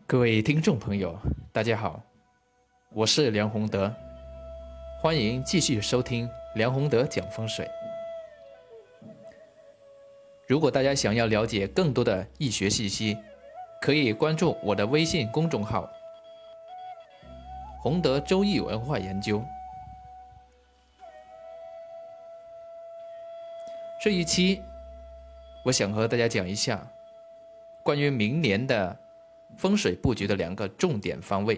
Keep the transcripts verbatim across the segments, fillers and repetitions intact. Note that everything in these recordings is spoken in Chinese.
各位听众朋友，大家好，我是梁宏德，欢迎继续收听梁宏德讲风水。如果大家想要了解更多的易学信息，可以关注我的微信公众号宏德周易文化研究。这一期我想和大家讲一下关于明年的风水布局的两个重点方位。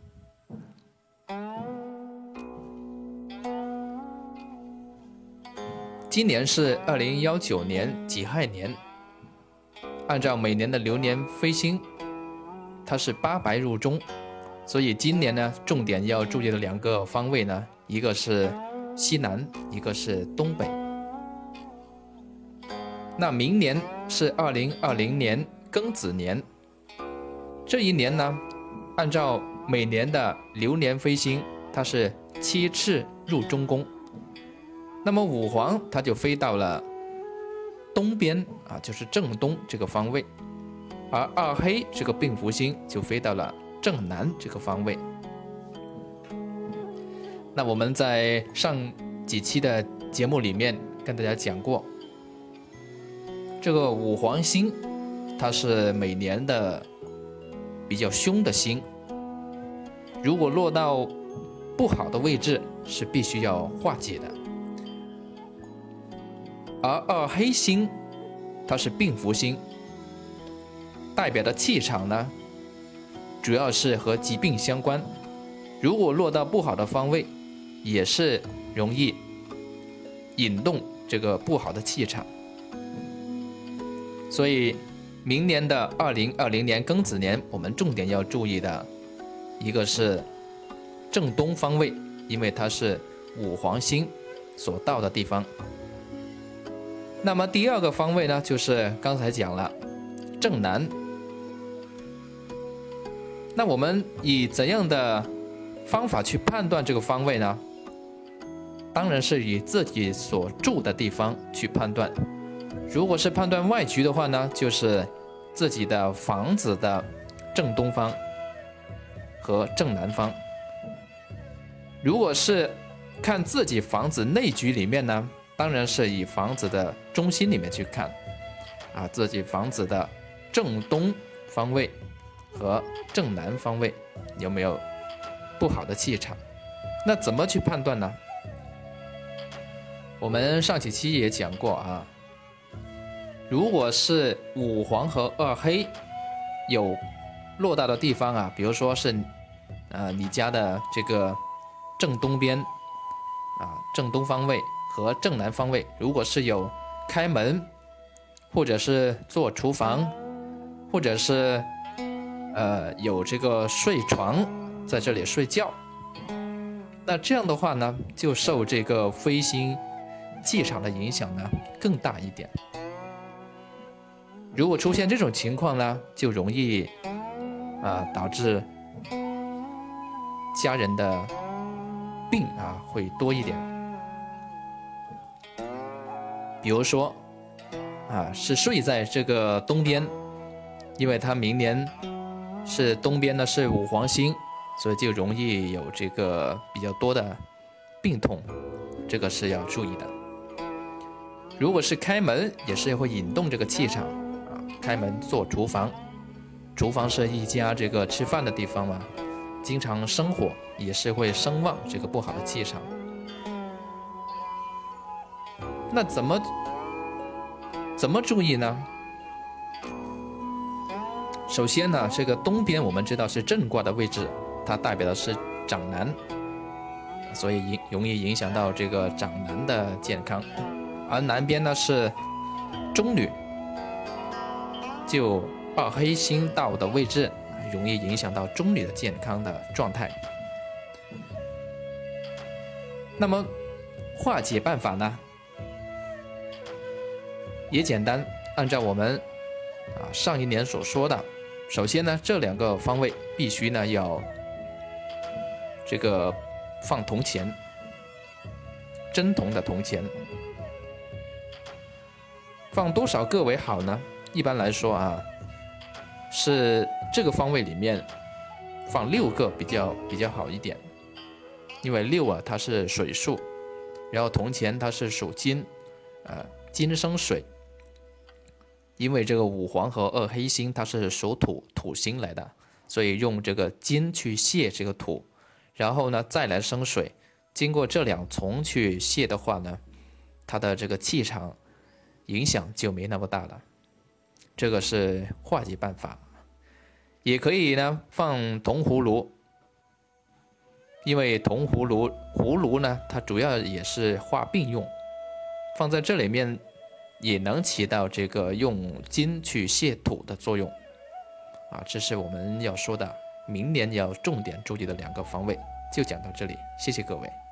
今年是二零一九年己亥年，按照每年的流年飞星，它是八白入中，所以今年呢，重点要注意的两个方位呢，一个是西南，一个是东北。那明年是二零二零年庚子年，这一年呢，按照每年的流年飞星，它是七赤入中宫，那么五黄它就飞到了东边啊，就是正东这个方位，而二黑这个病符星就飞到了正南这个方位。那我们在上几期的节目里面跟大家讲过，这个五黄星它是每年的比较凶的星，如果落到不好的位置是必须要化解的。而二黑星它是病符星，代表的气场呢，主要是和疾病相关，如果落到不好的方位，也是容易引动这个不好的气场。所以明年的二零二零年庚子年，我们重点要注意的一个是正东方位，因为它是五黄星所到的地方。那么第二个方位呢，就是刚才讲了正南。那我们以怎样的方法去判断这个方位呢？当然是以自己所住的地方去判断。如果是判断外局的话呢，就是自己的房子的正东方和正南方。如果是看自己房子内局里面呢，当然是以房子的中心里面去看啊，自己房子的正东方位和正南方位有没有不好的气场。那怎么去判断呢？我们上几期也讲过啊，如果是五黄和二黑有落到的地方啊，比如说是呃你家的这个正东边啊，正东方位和正南方位，如果是有开门，或者是做厨房，或者是呃有这个睡床在这里睡觉，那这样的话呢，就受这个飞星气场的影响呢更大一点。如果出现这种情况呢，就容易啊导致家人的病啊会多一点。比如说啊，是睡在这个东边，因为它明年是东边呢是五黄星，所以就容易有这个比较多的病痛，这个是要注意的。如果是开门，也是会引动这个气场啊，开门做厨房，厨房是一家这个吃饭的地方嘛，经常生火，也是会生旺这个不好的气场。那怎么怎么注意呢？首先呢，这个东边我们知道是震卦的位置，它代表的是长男，所以容易影响到这个长男的健康。而南边呢是中女，就二黑星到的位置，容易影响到中女的健康的状态。那么化解办法呢？也简单，按照我们啊上一年所说的，首先呢，这两个方位必须呢要这个放铜钱，真铜的铜钱。放多少个为好呢？一般来说啊，是这个方位里面放六个比较比较好一点，因为六啊它是水数，然后铜钱它是属金，呃金生水，因为这个五黄和二黑星它是属土土星来的，所以用这个金去泄这个土，然后呢再来生水，经过这两重去泄的话呢，它的这个气场影响就没那么大了。这个是化解办法。也可以呢放铜葫芦，因为铜葫芦葫芦呢它主要也是化病用，放在这里面也能起到这个用金去泄土的作用啊。这是我们要说的明年要重点注意的两个方位，就讲到这里，谢谢各位。